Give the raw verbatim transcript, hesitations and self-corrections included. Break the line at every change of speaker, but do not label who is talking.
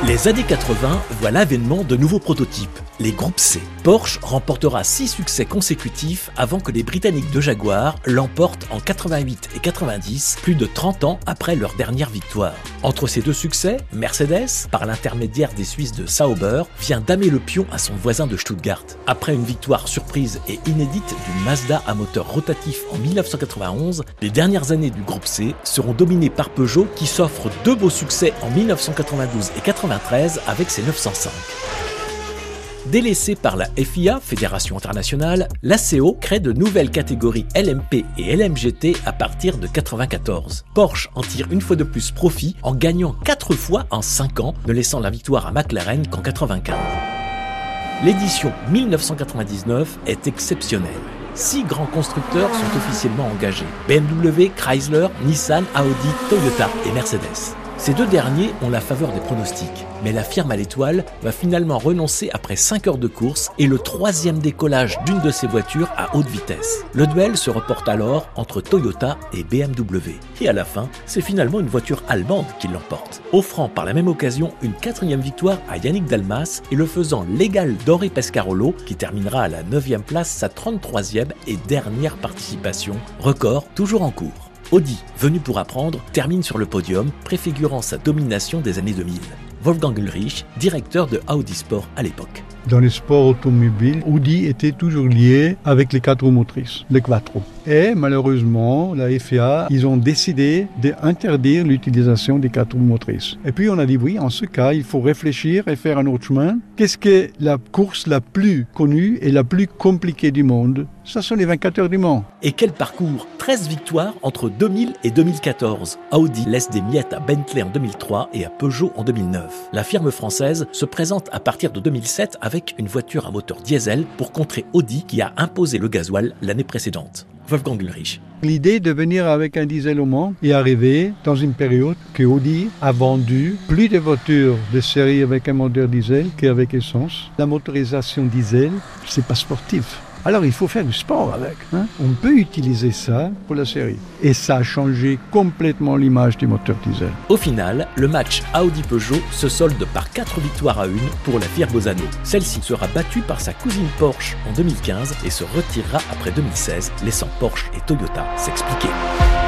Les années quatre-vingts voient l'avènement de nouveaux prototypes, les groupes C. Porsche remportera six succès consécutifs avant que les Britanniques de Jaguar l'emportent en quatre-vingt-huit et quatre-vingt-dix, plus de trente ans après leur dernière victoire. Entre ces deux succès, Mercedes, par l'intermédiaire des Suisses de Sauber, vient damer le pion à son voisin de Stuttgart. Après une victoire surprise et inédite du Mazda à moteur rotatif en mille neuf cent quatre-vingt-onze, les dernières années du groupe C seront dominées par Peugeot qui s'offre deux beaux succès en mille neuf cent quatre-vingt-douze et quatre-vingt-treize avec ses neuf cent cinq. Délaissée par la F I A, Fédération internationale, l'A C O crée de nouvelles catégories L M P et L M G T à partir de quatre-vingt-quatorze. Porsche en tire une fois de plus profit en gagnant quatre fois en cinq ans, ne laissant la victoire à McLaren qu'en quatre-vingt-quinze. L'édition mille neuf cent quatre-vingt-dix-neuf est exceptionnelle. Six grands constructeurs sont officiellement engagés: B M W, Chrysler, Nissan, Audi, Toyota et Mercedes. Ces deux derniers ont la faveur des pronostics, mais la firme à l'étoile va finalement renoncer après cinq heures de course et le troisième décollage d'une de ses voitures à haute vitesse. Le duel se reporte alors entre Toyota et B M W. Et à la fin, c'est finalement une voiture allemande qui l'emporte, offrant par la même occasion une quatrième victoire à Yannick Dalmas et le faisant l'égal d'Henri Pescarolo, qui terminera à la neuvième place sa trente-troisième et dernière participation, record toujours en cours. Audi, venu pour apprendre, termine sur le podium, préfigurant sa domination des années deux mille. Wolfgang Ullrich, directeur de Audi Sport à l'époque.
Dans le sport automobile, Audi était toujours lié avec les quatre roues motrices, les quattro. Et malheureusement, la F I A, ils ont décidé d'interdire l'utilisation des quatre roues motrices. Et puis on a dit oui, en ce cas, il faut réfléchir et faire un autre chemin. Qu'est-ce que la course la plus connue et la plus compliquée du monde? Ça sont les vingt-quatre heures du Mans.
Et quel parcours! treize victoires entre deux mille et deux mille quatorze. Audi laisse des miettes à Bentley en deux mille trois et à Peugeot en deux mille neuf. La firme française se présente à partir de deux mille sept avec une voiture à moteur diesel pour contrer Audi qui a imposé le gasoil l'année précédente. Wolfgang Ullrich.
L'idée de venir avec un diesel au Mans est arrivée dans une période que Audi a vendu plus de voitures de série avec un moteur diesel qu'avec essence. La motorisation diesel, c'est pas sportif. Alors il faut faire du sport avec. Hein? On peut utiliser ça pour la série. Et ça a changé complètement l'image du moteur diesel.
Au final, le match Audi-Peugeot se solde par quatre victoires à une pour la Fiat Bolzano. Celle-ci sera battue par sa cousine Porsche en deux mille quinze et se retirera après deux mille seize, laissant Porsche et Toyota s'expliquer.